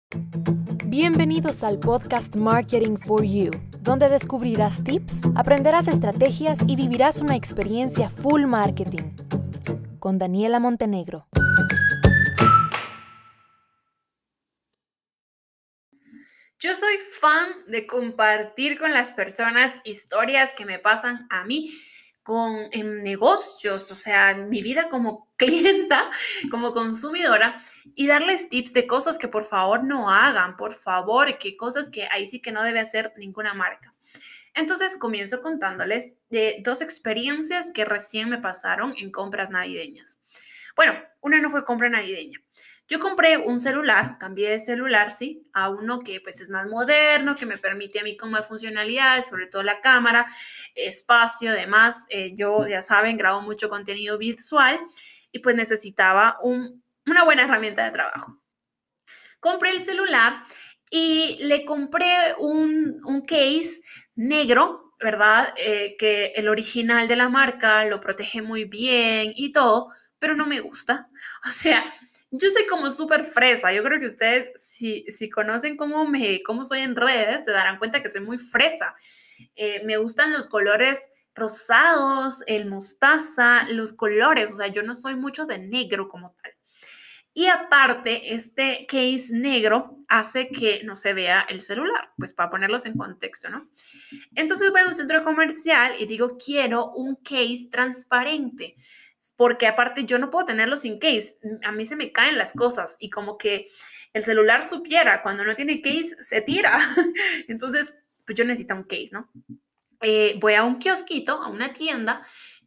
Bienvenidos al podcast Marketing for You, donde descubrirás tips, aprenderás estrategias y vivirás una experiencia full marketing. Con Daniela Montenegro. Yo soy fan de compartir con las personas historias que me pasan a mí en negocios, o sea, mi vida como clienta, como consumidora, y darles tips de cosas que por favor no hagan, por favor, que cosas que ahí sí que no debe hacer ninguna marca. Entonces comienzo contándoles de dos experiencias que recién me pasaron en compras navideñas. Bueno, una no fue compra navideña. Yo compré un celular, cambié de celular, ¿sí? A uno que pues es más moderno, que me permite a mí con más funcionalidades, sobre todo la cámara, espacio, además, yo ya saben, grabo mucho contenido visual y pues necesitaba una buena herramienta de trabajo. Compré el celular y le compré un case negro, ¿verdad? Que el original de la marca lo protege muy bien y todo, pero no me gusta. O sea, yo soy como súper fresa. Yo creo que ustedes, si conocen cómo soy en redes, se darán cuenta que soy muy fresa. Me gustan los colores rosados, el mostaza, los colores. O sea, yo no soy mucho de negro como tal. Y aparte, este case negro hace que no se vea el celular, pues para ponerlos en contexto, ¿no? Entonces voy a un centro comercial y digo, quiero un case transparente, porque aparte yo no puedo tenerlo sin case, a mí se me caen las cosas y como que el celular supiera, cuando no tiene case se tira. Entonces, pues yo necesito un case, ¿no? Voy a un kiosquito, a una tienda,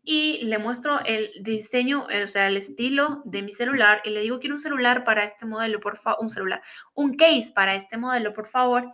y le muestro el diseño, o sea, el estilo de mi celular, y le digo, quiero un celular para este modelo, por favor, un case para este modelo, por favor.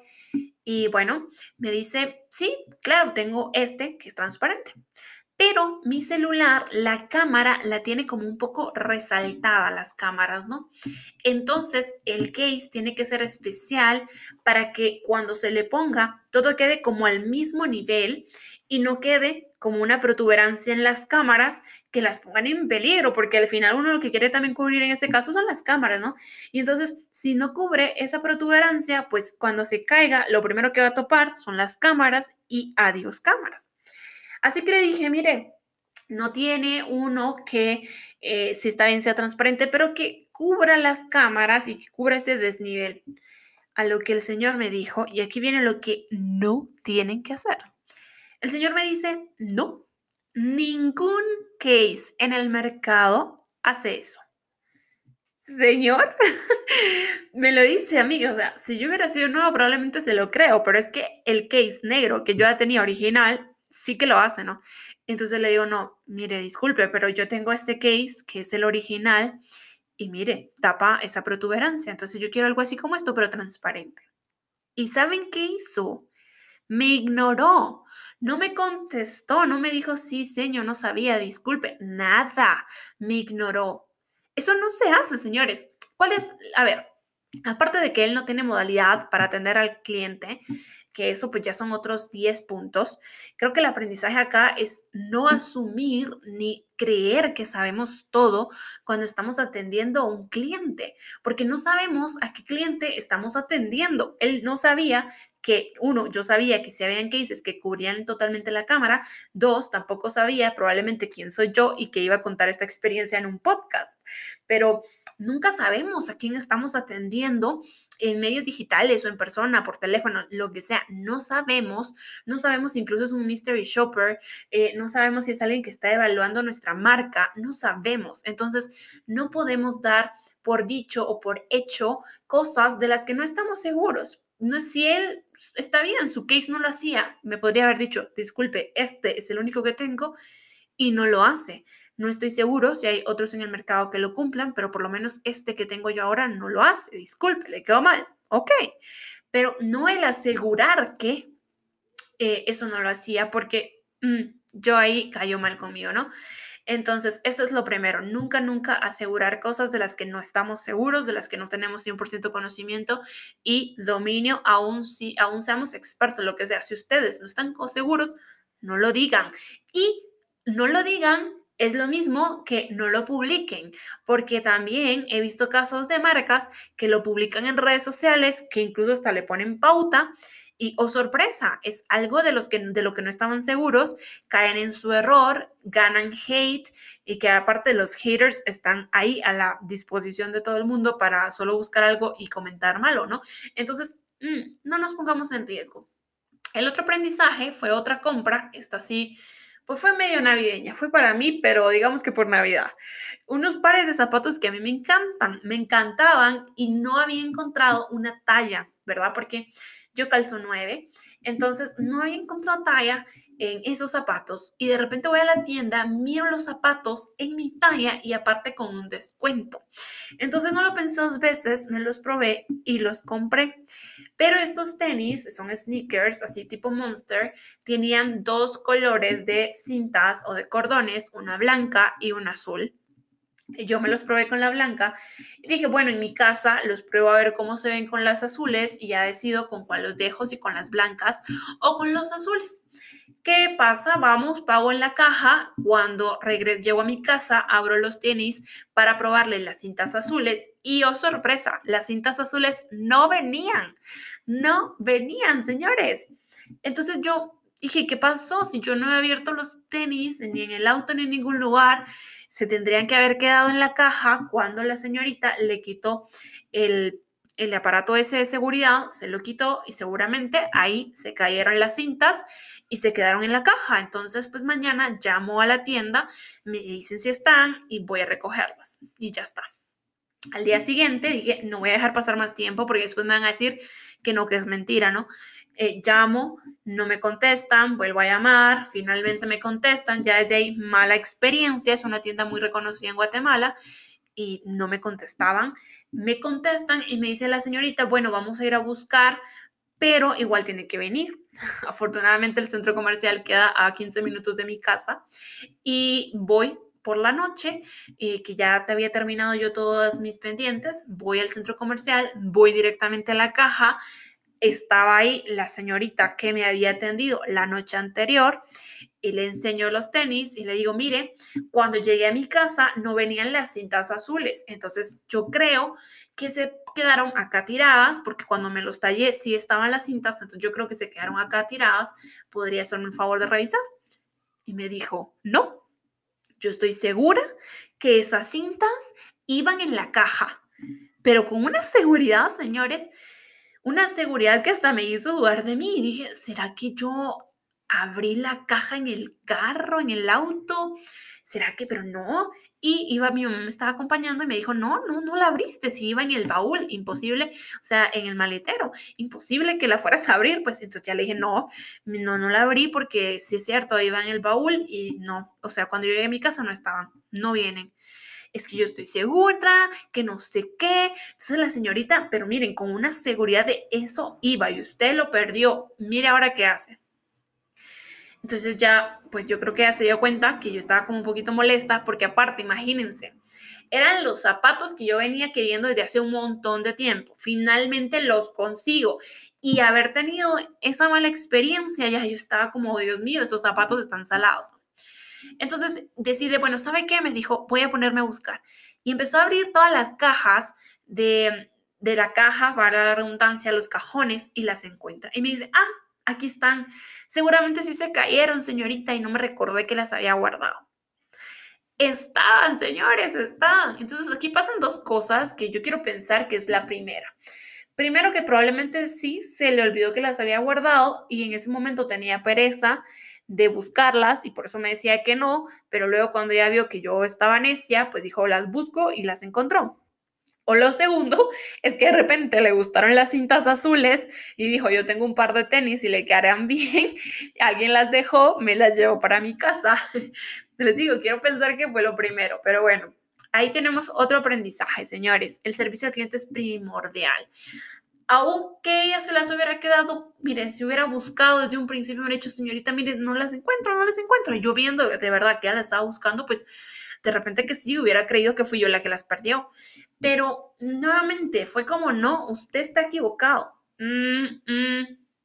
Y bueno, me dice, sí, claro, tengo este que es transparente. Pero mi celular, la cámara la tiene como un poco resaltada, las cámaras, ¿no? Entonces, el case tiene que ser especial para que cuando se le ponga, todo quede como al mismo nivel y no quede como una protuberancia en las cámaras que las pongan en peligro, porque al final uno lo que quiere también cubrir en ese caso son las cámaras, ¿no? Y entonces, si no cubre esa protuberancia, pues cuando se caiga, lo primero que va a topar son las cámaras y adiós cámaras. Así que le dije, mire, no tiene uno que si está bien sea transparente, pero que cubra las cámaras y que cubra ese desnivel. A lo que el señor me dijo, y aquí viene lo que no tienen que hacer. El señor me dice, no, ningún case en el mercado hace eso. Señor, me lo dice a mí, o sea, si yo hubiera sido nuevo probablemente se lo creo, pero es que el case negro que yo ya tenía original sí que lo hace, ¿no? Entonces le digo, no, mire, disculpe, pero yo tengo este case que es el original y mire, tapa esa protuberancia, entonces yo quiero algo así como esto, pero transparente. ¿Y saben qué hizo? Me ignoró, no me contestó, no me dijo, sí, señor, no sabía, disculpe, nada, me ignoró. Eso no se hace, señores. ¿Cuál es? A ver, aparte de que él no tiene modalidad para atender al cliente, que eso pues ya son otros 10 puntos, creo que el aprendizaje acá es no asumir ni creer que sabemos todo cuando estamos atendiendo a un cliente, porque no sabemos a qué cliente estamos atendiendo. Él no sabía que, uno, yo sabía que si habían cases que cubrían totalmente la cámara, dos, tampoco sabía probablemente quién soy yo y que iba a contar esta experiencia en un podcast, pero nunca sabemos a quién estamos atendiendo en medios digitales o en persona, por teléfono, lo que sea, no sabemos incluso es un mystery shopper, no sabemos si es alguien que está evaluando nuestra marca, no sabemos. Entonces, no podemos dar por dicho o por hecho cosas de las que no estamos seguros. No, si él está bien, su case no lo hacía, me podría haber dicho, disculpe, este es el único que tengo y no lo hace. No estoy seguro si hay otros en el mercado que lo cumplan, pero por lo menos este que tengo yo ahora no lo hace. Disculpe, le quedó mal. Ok, pero no el asegurar que eso no lo hacía porque yo ahí cayó mal conmigo, ¿no? Entonces, eso es lo primero, nunca, nunca asegurar cosas de las que no estamos seguros, de las que no tenemos 100% conocimiento y dominio, aún si aún seamos expertos, lo que sea. Si ustedes no están seguros, no lo digan. Y no lo digan Es lo mismo que no lo publiquen, porque también he visto casos de marcas que lo publican en redes sociales, que incluso hasta le ponen pauta y, oh sorpresa, es algo de lo que no estaban seguros, caen en su error, ganan hate y que aparte los haters están ahí a la disposición de todo el mundo para solo buscar algo y comentar malo, ¿no? Entonces, no nos pongamos en riesgo. El otro aprendizaje fue otra compra, esta sí, pues fue medio navideña, fue para mí, pero digamos que por Navidad. Unos pares de zapatos que a mí me encantan, me encantaban y no había encontrado una talla, ¿verdad? Porque yo calzo 9, entonces no había encontrado talla en esos zapatos y de repente voy a la tienda, miro los zapatos en mi talla y aparte con un descuento. Entonces no lo pensé dos veces, me los probé y los compré. Pero estos tenis, son sneakers, así tipo Monster, tenían dos colores de cintas o de cordones, una blanca y una azul. Yo me los probé con la blanca y dije, bueno, en mi casa los pruebo a ver cómo se ven con las azules y ya decido con cuál los dejo, si con las blancas o con los azules. ¿Qué pasa? Vamos, pago en la caja. Cuando llego a mi casa, abro los tenis para probarle las cintas azules. Y oh sorpresa, las cintas azules no venían. No venían, señores. Entonces yo dije, ¿qué pasó? Si yo no he abierto los tenis ni en el auto ni en ningún lugar, se tendrían que haber quedado en la caja cuando la señorita le quitó el aparato ese de seguridad, se lo quitó y seguramente ahí se cayeron las cintas y se quedaron en la caja. Entonces, pues mañana llamo a la tienda, me dicen si están y voy a recogerlas y ya está. Al día siguiente dije, no voy a dejar pasar más tiempo porque después me van a decir que no, que es mentira, ¿no? Llamo, no me contestan, vuelvo a llamar, finalmente me contestan, ya desde ahí mala experiencia, es una tienda muy reconocida en Guatemala y no me contestaban. Me contestan y me dice la señorita, bueno, vamos a ir a buscar, pero igual tiene que venir. Afortunadamente el centro comercial queda a 15 minutos de mi casa y voy por la noche, que ya te había terminado yo todas mis pendientes, voy al centro comercial, voy directamente a la caja, estaba ahí la señorita que me había atendido la noche anterior y le enseño los tenis y le digo, mire, cuando llegué a mi casa no venían las cintas azules, entonces yo creo que se quedaron acá tiradas porque cuando me los tallé sí estaban las cintas, entonces yo creo que se quedaron acá tiradas, ¿podría hacerme el favor de revisar? Y me dijo, no, yo estoy segura que esas cintas iban en la caja, pero con una seguridad, señores, una seguridad que hasta me hizo dudar de mí. Y dije, ¿será que yo abrí la caja en el carro, en el auto? ¿Será que? Pero no. Y iba, mi mamá me estaba acompañando y me dijo, no, no, no la abriste, si iba en el baúl, imposible, o sea, en el maletero, imposible que la fueras a abrir. Pues entonces ya le dije, no, no, no la abrí porque sí es cierto, iba en el baúl y no, o sea, cuando yo llegué a mi casa no estaban, no vienen. Es que yo estoy segura, que no sé qué. Entonces la señorita, pero miren, con una seguridad de eso iba y usted lo perdió. Mire ahora qué hace. Entonces ya, pues yo creo que ya se dio cuenta que yo estaba como un poquito molesta porque aparte, imagínense, eran los zapatos que yo venía queriendo desde hace un montón de tiempo. Finalmente los consigo y haber tenido esa mala experiencia, ya yo estaba como, Dios mío, esos zapatos están salados. Entonces decide, bueno, ¿sabe qué? Me dijo, voy a ponerme a buscar. Y empezó a abrir todas las cajas de la caja, para la redundancia, los cajones y las encuentra. Y me dice, ah, aquí están. Seguramente sí se cayeron, señorita, y no me recordé que las había guardado. Estaban, señores, estaban. Entonces aquí pasan dos cosas que yo quiero pensar que es la primera. Primero que probablemente sí se le olvidó que las había guardado y en ese momento tenía pereza de buscarlas y por eso me decía que no, pero luego cuando ya vio que yo estaba necia, pues dijo, las busco y las encontró. O lo segundo es que de repente le gustaron las cintas azules y dijo, yo tengo un par de tenis y le quedarán bien, alguien las dejó, me las llevo para mi casa. Les digo, quiero pensar que fue lo primero, pero bueno, ahí tenemos otro aprendizaje, señores. El servicio al cliente es primordial. Aunque ella se las hubiera quedado, mire, si hubiera buscado desde un principio, me hubiera dicho, señorita, mire, no las encuentro, no las encuentro. Y yo viendo de verdad que ella las estaba buscando, pues de repente que sí, hubiera creído que fui yo la que las perdió. Pero nuevamente fue como, no, usted está equivocado.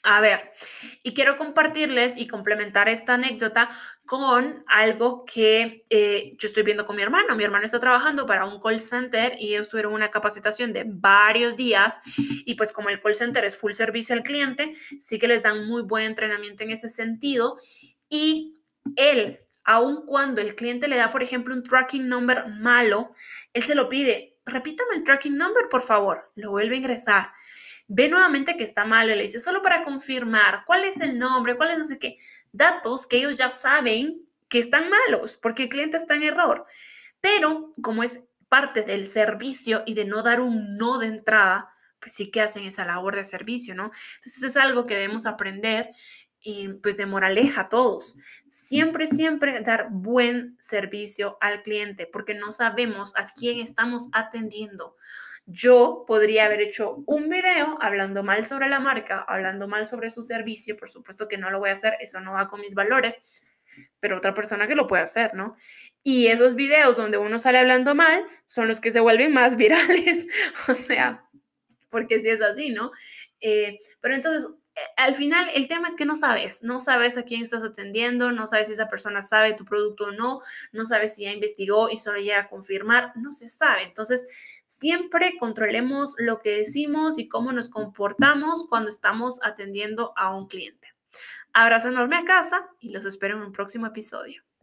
A ver, y quiero compartirles y complementar esta anécdota con algo que yo estoy viendo con mi hermano. Mi hermano está trabajando para un call center y ellos tuvieron una capacitación de varios días y pues como el call center es full servicio al cliente, sí que les dan muy buen entrenamiento en ese sentido y él, aun cuando el cliente le da, por ejemplo, un tracking number malo, él se lo pide. Repítame el tracking number, por favor. Lo vuelve a ingresar. Ve nuevamente que está mal y le dice, solo para confirmar, ¿cuál es el nombre? ¿Cuál es no sé qué? Datos que ellos ya saben que están malos porque el cliente está en error. Pero como es parte del servicio y de no dar un no de entrada, pues sí que hacen esa labor de servicio, ¿no? Entonces es algo que debemos aprender y pues de moraleja a todos. Siempre, siempre dar buen servicio al cliente porque no sabemos a quién estamos atendiendo. Yo podría haber hecho un video hablando mal sobre la marca, hablando mal sobre su servicio, por supuesto que no lo voy a hacer, eso no va con mis valores, pero otra persona que lo puede hacer, ¿no? Y esos videos donde uno sale hablando mal son los que se vuelven más virales, o sea, porque si es así, ¿no? Pero entonces, al final el tema es que no sabes a quién estás atendiendo, no sabes si esa persona sabe tu producto o no, no sabes si ya investigó y solo llega a confirmar, no se sabe. Entonces, siempre controlemos lo que decimos y cómo nos comportamos cuando estamos atendiendo a un cliente. Abrazo enorme a casa y los espero en un próximo episodio.